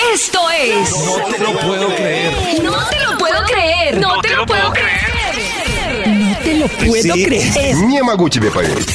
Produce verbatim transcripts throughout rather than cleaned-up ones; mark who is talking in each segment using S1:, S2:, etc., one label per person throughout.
S1: Esto es...
S2: No te lo puedo creer.
S1: No te lo puedo creer. No, no te, te lo puedo creer. creer. No te lo puedo
S3: sí,
S1: creer.
S3: Не могу тебе поверить.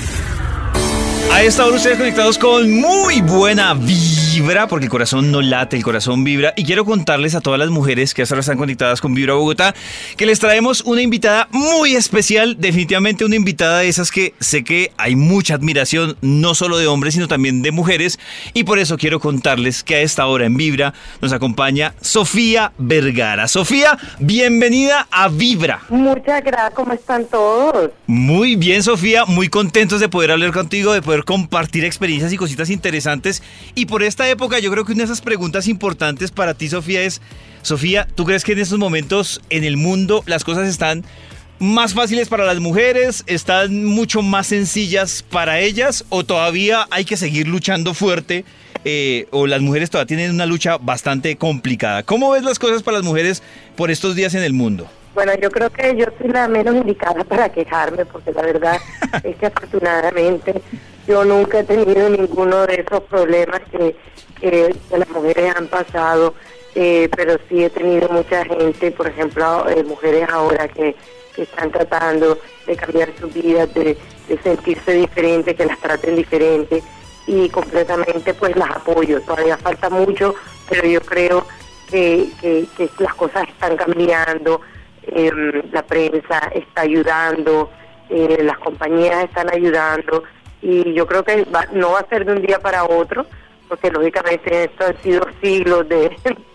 S2: A esta hora ustedes conectados con muy buena vibra, porque el corazón no late, el corazón vibra. Y quiero contarles a todas las mujeres que hasta ahora están conectadas con Vibra Bogotá, que les traemos una invitada muy especial, definitivamente una invitada de esas que sé que hay mucha admiración, no solo de hombres, sino también de mujeres. Y por eso quiero contarles que a esta hora en Vibra nos acompaña Sofía Vergara. Sofía, bienvenida a Vibra.
S4: Muchas gracias, ¿cómo están todos?
S2: Muy bien, Sofía, muy contentos de poder hablar contigo, de poder compartir experiencias y cositas interesantes. Y por esta época yo creo que una de esas preguntas importantes para ti, Sofía, es: Sofía, ¿tú crees que en estos momentos en el mundo las cosas están más fáciles para las mujeres, están mucho más sencillas para ellas, o todavía hay que seguir luchando fuerte, eh, o las mujeres todavía tienen una lucha bastante complicada? ¿Cómo ves las cosas para las mujeres por estos días en el mundo?
S4: Bueno, yo creo que yo soy la menos indicada para quejarme, porque la verdad es que afortunadamente yo nunca he tenido ninguno de esos problemas que, que, que las mujeres han pasado, eh, pero sí he tenido mucha gente, por ejemplo, eh, mujeres ahora que, que están tratando de cambiar sus vidas, de, de sentirse diferente, que las traten diferente, y completamente pues las apoyo. Todavía falta mucho, pero yo creo que, que, que las cosas están cambiando. Eh, la prensa está ayudando, eh, las compañías están ayudando, y yo creo que va, no va a ser de un día para otro, porque lógicamente esto han sido siglos de,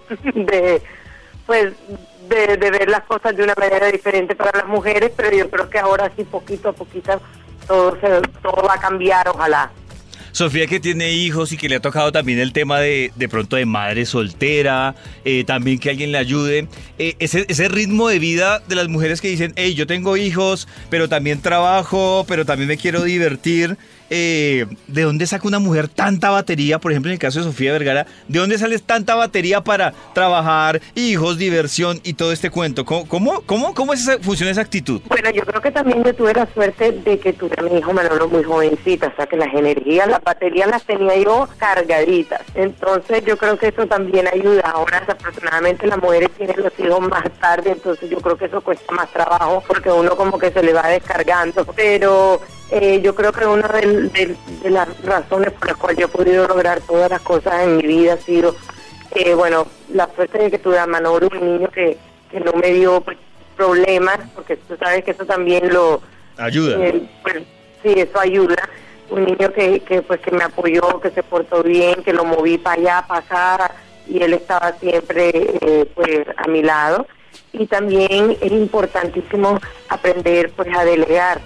S4: de pues de, de ver las cosas de una manera diferente para las mujeres, pero yo creo que ahora sí, poquito a poquito, todo se, todo va a cambiar, ojalá.
S2: Sofía, que tiene hijos y que le ha tocado también el tema de de pronto de madre soltera, eh, también que alguien le ayude, eh, ese, ese ritmo de vida de las mujeres que dicen: hey, yo tengo hijos, pero también trabajo, pero también me quiero divertir. Eh, ¿De dónde saca una mujer tanta batería? Por ejemplo, en el caso de Sofía Vergara, ¿de dónde sale tanta batería para trabajar, hijos, diversión y todo este cuento? ¿Cómo, cómo, cómo, cómo es esa, funciona esa actitud?
S4: Bueno, yo creo que también yo tuve la suerte de que tuve a mi hijo Manolo muy jovencita, o sea que las energías, las baterías las tenía yo cargaditas. Entonces yo creo que eso también ayuda. Ahora desafortunadamente las mujeres tienen los hijos más tarde, entonces yo creo que eso cuesta más trabajo, porque uno como que se le va descargando. Pero eh, yo creo que una de, de, de las razones por las cuales yo he podido lograr todas las cosas en mi vida ha sido, eh, bueno, la suerte de que tuve a Manolo, un niño que, que no me dio pues, problemas, porque tú sabes que eso también lo
S2: ayuda.
S4: Eh, pues, sí, eso ayuda. Un niño que, que pues que me apoyó, que se portó bien, que lo moví para allá, para acá, y él estaba siempre eh, pues a mi lado. Y también es importantísimo aprender pues a delegar.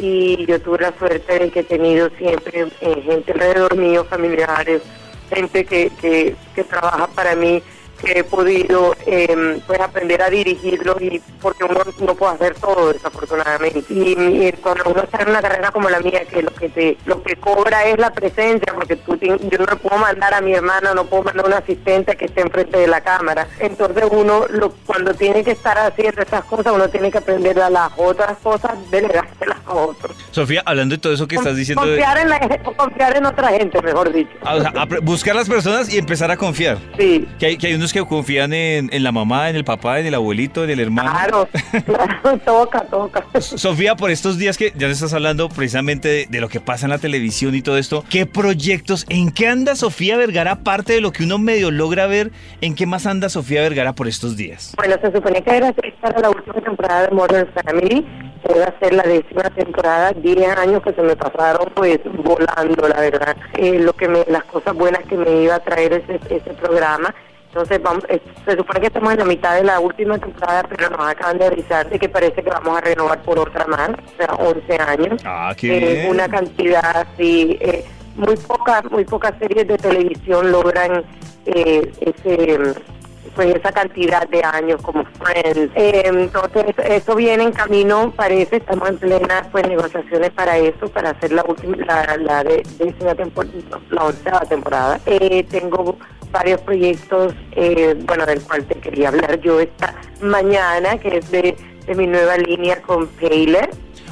S4: Y yo tuve la suerte de que he tenido siempre eh, gente alrededor mío, familiares, gente que, que, que trabaja para mí, que he podido eh, pues aprender a dirigirlos, y porque uno no puede hacer todo, desafortunadamente. Y, y cuando uno está en una carrera como la mía, que lo que te lo que cobra es la presencia, porque tú te, yo no le puedo mandar a mi hermana, no puedo mandar a una asistente que esté enfrente de la cámara. Entonces uno, lo, cuando tiene que estar haciendo esas cosas, uno tiene que aprender a las otras cosas, delegárselas a otros.
S2: Sofía, hablando de todo eso que estás diciendo...
S4: Confiar,
S2: de...
S4: en la, confiar en otra gente, mejor dicho.
S2: O sea, buscar las personas y empezar a confiar.
S4: Sí.
S2: Que hay, que hay unos que confían en, en la mamá, en el papá, en el abuelito, en el hermano.
S4: Claro, claro, toca, toca.
S2: Sofía, por estos días que ya estás hablando precisamente de, de lo que pasa en la televisión y todo esto, ¿qué proyectos, en qué anda Sofía Vergara, aparte de lo que uno medio logra ver, en qué más anda Sofía Vergara por estos días?
S4: Bueno, se supone que era esta era la última temporada de Modern Family, que iba a ser la décima temporada, diez años que se me pasaron pues volando, la verdad. Eh, lo que me, las cosas buenas que me iba a traer ese, ese programa. Entonces vamos, eh, se supone que estamos en la mitad de la última temporada, pero nos acaban de avisar de que parece que vamos a renovar por otra más, o sea, once años.
S2: Ah, qué
S4: eh,
S2: bien.
S4: Una cantidad así, eh, muy pocas, muy pocas series de televisión logran eh, ese, pues esa cantidad de años como Friends. Eh, entonces eso viene en camino, parece, estamos en plenas pues negociaciones para eso, para hacer la última, la, la de, décima temporada, la onceava temporada. Eh, tengo varios proyectos, eh, bueno, del cual te quería hablar yo esta mañana, que es de, de mi nueva línea con Paylor.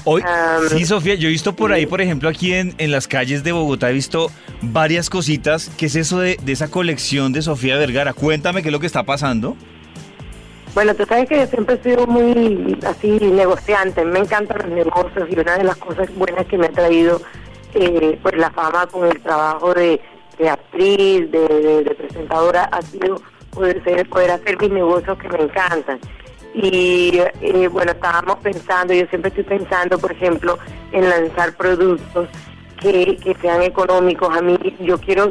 S2: Hoy,
S4: Um,
S2: sí, Sofía, yo he visto por ahí, por ejemplo, aquí en, en las calles de Bogotá, he visto varias cositas. ¿Qué es eso de, de esa colección de Sofía Vergara? Cuéntame qué es lo que está pasando.
S4: Bueno, tú sabes que yo siempre he sido muy así negociante, me encantan los negocios y una de las cosas buenas que me ha traído eh, pues la fama con el trabajo de, de actriz, de, de, de presentadora, ha sido poder, ser, poder hacer mis negocios que me encantan. Y eh, bueno, estábamos pensando, yo siempre estoy pensando, por ejemplo, en lanzar productos que, que sean económicos. A mí, yo quiero,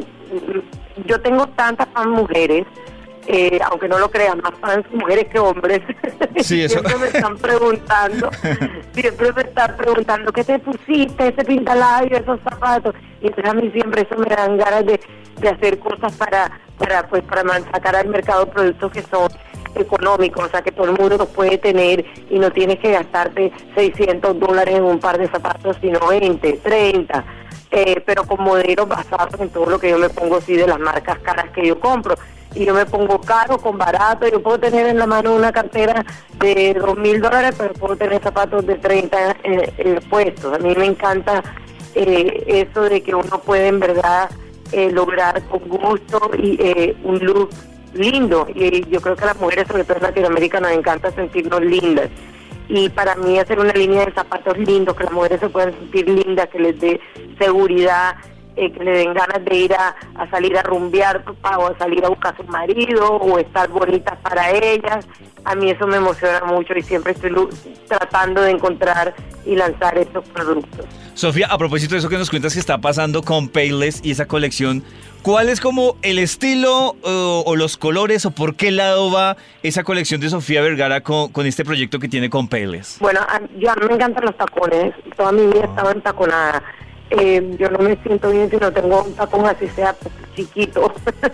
S4: yo tengo tantas fan mujeres, Eh, aunque no lo crean, más fans mujeres que hombres.
S2: Sí, eso.
S4: Siempre me están preguntando, siempre me están preguntando, ¿qué te pusiste? Ese pintalabio, esos zapatos. Y entonces a mí siempre eso me dan ganas de, de hacer cosas para, para, pues, para sacar al mercado productos que son económicos, o sea, que todo el mundo los puede tener y no tienes que gastarte seiscientos dólares en un par de zapatos, sino veinte, treinta. Eh, pero con modelos basados en todo lo que yo me pongo, así de las marcas caras que yo compro. Y yo me pongo caro con barato, yo puedo tener en la mano una cartera de dos mil dólares, pero puedo tener zapatos de treinta eh, eh, puestos. A mí me encanta eh, eso de que uno puede en verdad eh, lograr con gusto y eh, un look lindo. Y yo creo que a las mujeres, sobre todo en Latinoamérica, nos encanta sentirnos lindas. Y para mí hacer una línea de zapatos lindos, que las mujeres se puedan sentir lindas, que les dé seguridad, Eh, que le den ganas de ir a, a salir a rumbear o a salir a buscar a su marido o estar bonitas para ellas. A mí eso me emociona mucho y siempre estoy tratando de encontrar y lanzar estos productos.
S2: Sofía, a propósito de eso que nos cuentas que está pasando con Payless y esa colección, ¿cuál es como el estilo uh, o los colores o por qué lado va esa colección de Sofía Vergara con, con este proyecto que tiene con Payless?
S4: Bueno, a, yo, a mí me encantan los tacones, toda mi vida he estado entaconada. Eh, yo no me siento bien si no tengo un tacón así sea pues, chiquito.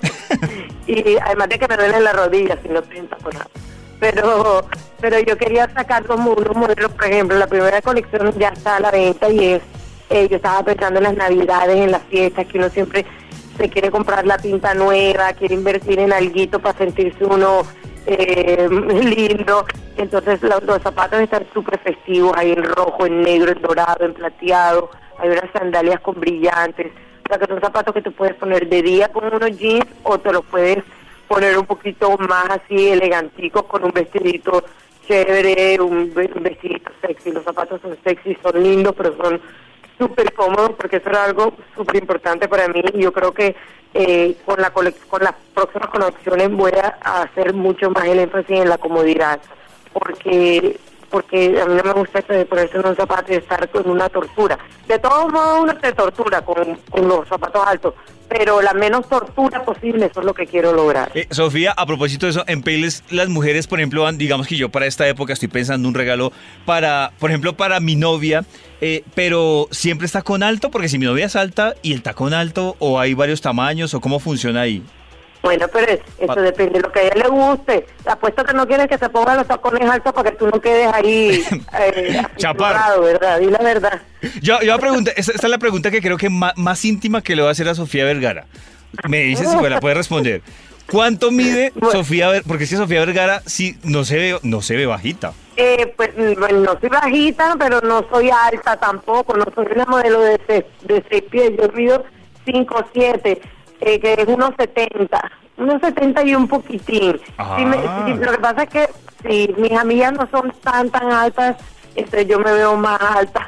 S4: Y además de que me duelen las rodillas si no estoy entaconada. Pero, pero yo quería sacar como unos modelos, por ejemplo, la primera colección ya está a la venta y es, eh, yo estaba pensando en las navidades, en las fiestas, que uno siempre se quiere comprar la pinta nueva, quiere invertir en alguito para sentirse uno eh, lindo. Entonces los, los zapatos están súper festivos, hay en rojo, en negro, en dorado, en plateado. Hay unas sandalias con brillantes, o sea que son zapatos que te puedes poner de día con unos jeans o te los puedes poner un poquito más así eleganticos con un vestidito chévere, un, un vestidito sexy. Los zapatos son sexy, son lindos, pero son súper cómodos porque eso era algo súper importante para mí y yo creo que eh, con la con las próximas colecciones voy a, a hacer mucho más el énfasis en la comodidad porque... porque a mí no me gusta esto de ponerse unos zapatos y estar con una tortura. De todos modos uno se tortura con, con los zapatos altos, pero la menos tortura posible, eso es lo que quiero lograr.
S2: Eh, Sofía, a propósito de eso, en Payless las mujeres, por ejemplo, van, digamos que yo para esta época estoy pensando un regalo para, por ejemplo, para mi novia, eh, pero siempre está con alto, porque si mi novia es alta y el tacón alto, o hay varios tamaños, o cómo funciona ahí.
S4: Bueno, pero eso depende de lo que a ella le guste. Apuesto que no quieres que se pongan los tacones altos para que tú no quedes ahí eh,
S2: chaparro,
S4: ¿verdad? Di la verdad.
S2: Yo, yo pregunta, esta, esta es la pregunta que creo que más, más íntima que le voy a hacer a Sofía Vergara. Me dice si me la puede responder. ¿Cuánto mide bueno, Sofía Vergara? Porque es que Sofía Vergara sí no se ve, no se ve bajita.
S4: Eh, pues bueno, no soy bajita, pero no soy alta tampoco. No soy una modelo de seis, de seis pies. Yo mido cinco siete. Eh, que es unos setenta, unos setenta y un poquitín. Sí me, sí, lo que pasa es que si mis amigas no son tan tan altas, este, yo me veo más alta.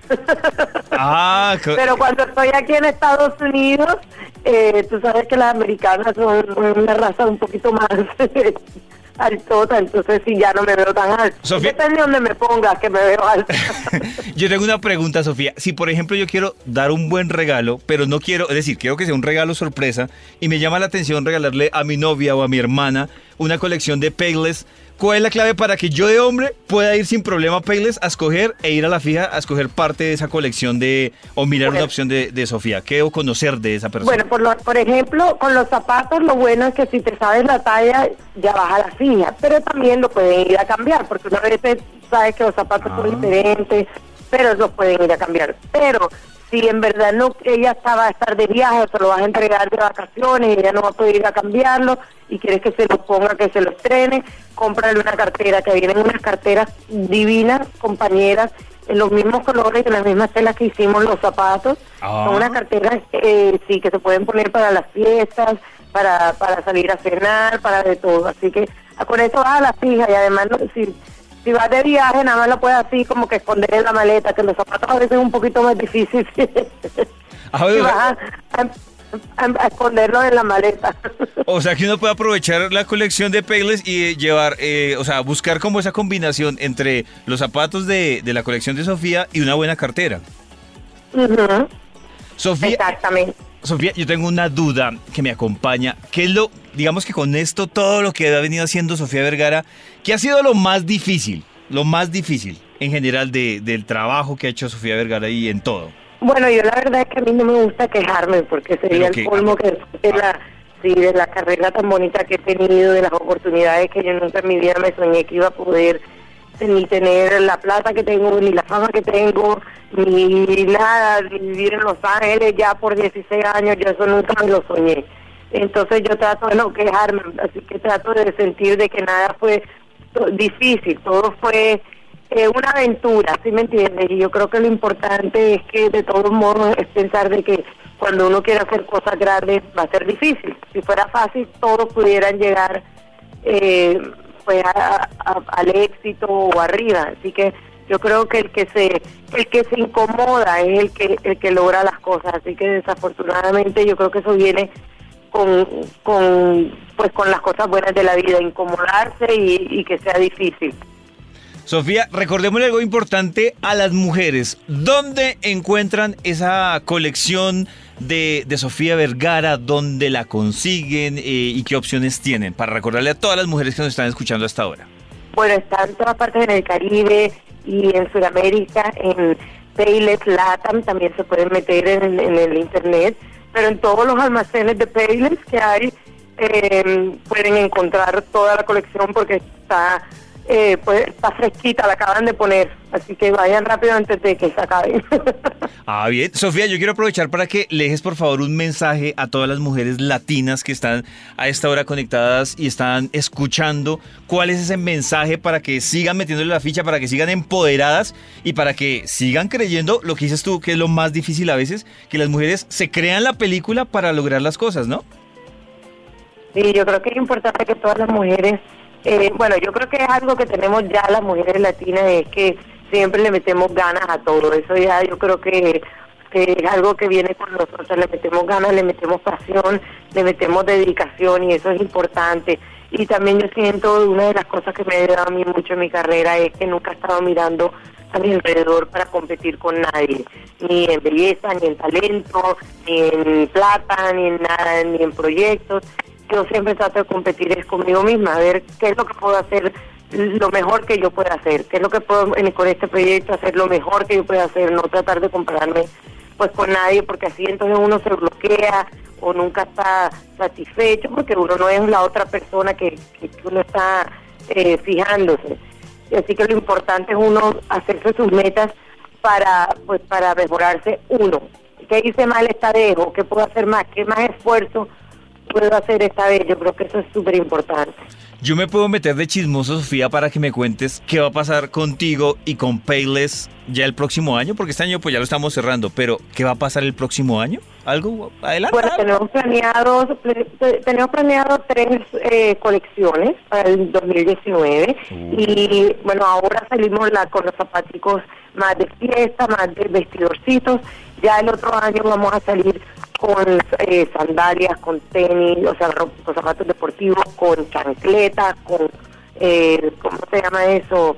S4: Ah, pero cuando estoy aquí en Estados Unidos, eh, tú sabes que las americanas son una raza un poquito más altota, entonces sí ya no me veo tan alta. Sofía, depende de donde me pongas que me veo alta.
S2: Yo tengo una pregunta, Sofía. Si por ejemplo yo quiero dar un buen regalo, pero no quiero, es decir, quiero que sea un regalo sorpresa y me llama la atención regalarle a mi novia o a mi hermana una colección de Payless, ¿cuál es la clave para que yo de hombre pueda ir sin problema a Payless a escoger e ir a la fija a escoger parte de esa colección de, o mirar bueno, una opción de, de Sofía? ¿Qué debo conocer de esa persona?
S4: Bueno, por, lo, por ejemplo, con los zapatos lo bueno es que si te sabes la talla ya vas a la fija, pero también lo pueden ir a cambiar, porque una vez sabes que los zapatos ah. son diferentes, pero los pueden ir a cambiar. Pero si en verdad no ella estaba a estar de viaje o se lo vas a entregar de vacaciones y ella no va a poder ir a cambiarlo y quieres que se lo ponga, que se lo estrene, cómprale una cartera, que vienen unas carteras divinas, compañeras, en los mismos colores, en las mismas telas que hicimos los zapatos.
S2: Ah.
S4: Son unas carteras eh, sí que se pueden poner para las fiestas, para para salir a cenar, para de todo. Así que ah, con eso vas a la fija y además no, si si vas de viaje nada más lo puedes así como que esconder en la maleta, que los zapatos a veces es un poquito más difícil.
S2: Ah,
S4: y vas a, a, a, a esconderlo en la maleta.
S2: O sea que uno puede aprovechar la colección de Payless y eh, llevar, eh, o sea, buscar como esa combinación entre los zapatos de, de la colección de Sofía y una buena cartera.
S4: Uh-huh.
S2: Sofía,
S4: Exactamente.
S2: Sofía, yo tengo una duda que me acompaña. ¿Qué es lo, digamos que con esto, todo lo que ha venido haciendo Sofía Vergara, qué ha sido lo más difícil, lo más difícil en general de, del trabajo que ha hecho Sofía Vergara y en todo?
S4: Bueno, yo la verdad es que a mí no me gusta quejarme porque sería el colmo que de la, sí, de la carrera tan bonita que he tenido, de las oportunidades que yo nunca en mi vida me soñé que iba a poder ni tener la plata que tengo, ni la fama que tengo, ni nada, ni vivir en Los Ángeles ya por dieciséis años, yo eso nunca me lo soñé. Entonces yo trato de no quejarme, así que trato de sentir de que nada fue difícil, todo fue eh, una aventura, ¿sí me entiendes? Y yo creo que lo importante es que de todos modos es pensar de que cuando uno quiere hacer cosas grandes va a ser difícil. Si fuera fácil todos pudieran llegar eh, pues a, a, al éxito o arriba, así que yo creo que el que se el que se incomoda es el que el que logra las cosas, así que desafortunadamente yo creo que eso viene con con pues con las cosas buenas de la vida, incomodarse y, y que sea difícil.
S2: Sofía, recordémosle algo importante a las mujeres. ¿Dónde encuentran esa colección de, de Sofía Vergara? ¿Dónde la consiguen? Eh, ¿Y qué opciones tienen? Para recordarle a todas las mujeres que nos están escuchando hasta ahora.
S4: Bueno, está en todas partes en el Caribe y en Sudamérica, en Payless Latam, también se pueden meter en, en el internet, pero en todos los almacenes de Payless que hay, eh, pueden encontrar toda la colección porque está... Eh, pues está fresquita, la acaban de poner, así que vayan rápido antes de que se acabe.
S2: Ah, bien. Sofía, yo quiero aprovechar para que le dejes por favor un mensaje a todas las mujeres latinas que están a esta hora conectadas y están escuchando. ¿Cuál es ese mensaje para que sigan metiéndole la ficha, para que sigan empoderadas y para que sigan creyendo lo que dices tú, que es lo más difícil a veces, que las mujeres se crean la película para lograr las cosas, ¿no?
S4: Sí, yo creo que es importante que todas las mujeres Eh, bueno, yo creo que es algo que tenemos ya las mujeres latinas, es que siempre le metemos ganas a todo. Eso ya yo creo que, que es algo que viene con nosotros. Le metemos ganas, le metemos pasión, le metemos dedicación y eso es importante. Y también yo siento, una de las cosas que me ha ayudado a mí mucho en mi carrera es que nunca he estado mirando a mi alrededor para competir con nadie. Ni en belleza, ni en talento, ni en plata, ni en nada, ni en proyectos. Yo siempre trato de competir es conmigo misma, a ver qué es lo que puedo hacer, lo mejor que yo pueda hacer, qué es lo que puedo en, con este proyecto hacer lo mejor que yo pueda hacer, no tratar de compararme pues con nadie, porque así entonces uno se bloquea o nunca está satisfecho, porque uno no es la otra persona que, que uno está eh, fijándose. Así que lo importante es uno hacerse sus metas para pues para mejorarse uno. ¿Qué hice mal esta vez? ¿O qué puedo hacer más? ¿Qué más esfuerzo puedo hacer esta vez? Yo creo que eso es súper importante.
S2: Yo me puedo meter de chismoso, Sofía, para que me cuentes qué va a pasar contigo y con Payless ya el próximo año, porque este año pues ya lo estamos cerrando, pero ¿qué va a pasar el próximo año? ¿Algo adelante?
S4: Bueno, tenemos planeado, tenemos planeado tres eh, colecciones para el dos mil diecinueve uh. y bueno, ahora salimos la, con los zapaticos más de fiesta, más de vestidorcitos. Ya el otro año vamos a salir con eh, sandalias, con tenis, o sea, con zapatos deportivos, con chancletas, con, eh, ¿cómo se llama eso?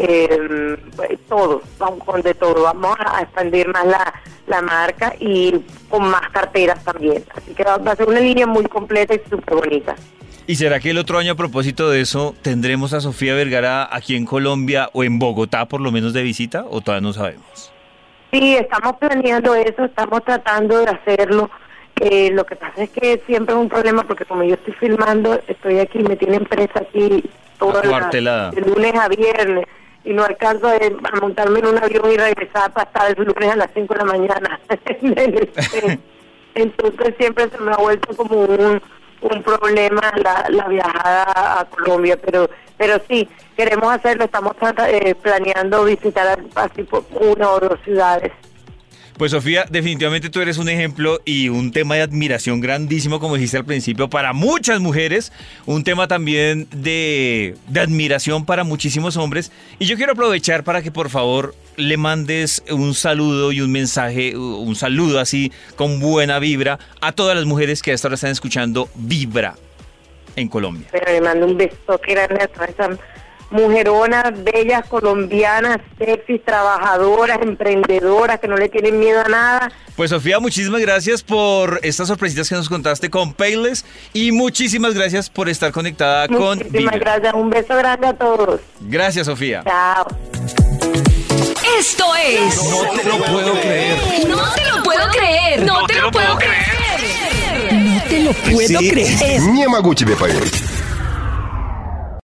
S4: Eh, todo, vamos con de todo. Vamos a expandir más la, la marca y con más carteras también. Así que va, va a ser una línea muy completa y súper bonita.
S2: ¿Y será que el otro año, a propósito de eso, tendremos a Sofía Vergara aquí en Colombia o en Bogotá por lo menos de visita, o todavía no sabemos?
S4: Sí, estamos planeando eso, estamos tratando de hacerlo. Eh, lo que pasa es que siempre es un problema porque como yo estoy filmando, estoy aquí, me tienen presa aquí todo la, de lunes a viernes y no alcanzo a, a montarme en un avión y regresar para estar el lunes a las cinco de la mañana. Entonces siempre se me ha vuelto como un, un problema la, la viajada a Colombia, pero pero sí, queremos hacerlo, estamos eh, planeando visitar así por una o dos ciudades.
S2: Pues Sofía, definitivamente tú eres un ejemplo y un tema de admiración grandísimo, como dijiste al principio, para muchas mujeres, un tema también de, de admiración para muchísimos hombres. Y yo quiero aprovechar para que por favor le mandes un saludo y un mensaje, un saludo así con buena vibra a todas las mujeres que a esta hora están escuchando Vibra en Colombia.
S4: Pero le mando un beso grande a todas esas mujeronas, bellas, colombianas, sexys, trabajadoras, emprendedoras, que no le tienen miedo a nada.
S2: Pues Sofía, muchísimas gracias por estas sorpresitas que nos contaste con Payless y muchísimas gracias por estar conectada
S4: muchísimas
S2: con Vibra.
S4: Muchísimas gracias, un beso grande a todos.
S2: Gracias, Sofía.
S4: Chao.
S1: Esto es...
S2: No te lo puedo creer.
S1: No te lo puedo creer. No te lo puedo creer.
S3: No te lo puedo creer.
S5: Не могу тебе поверить.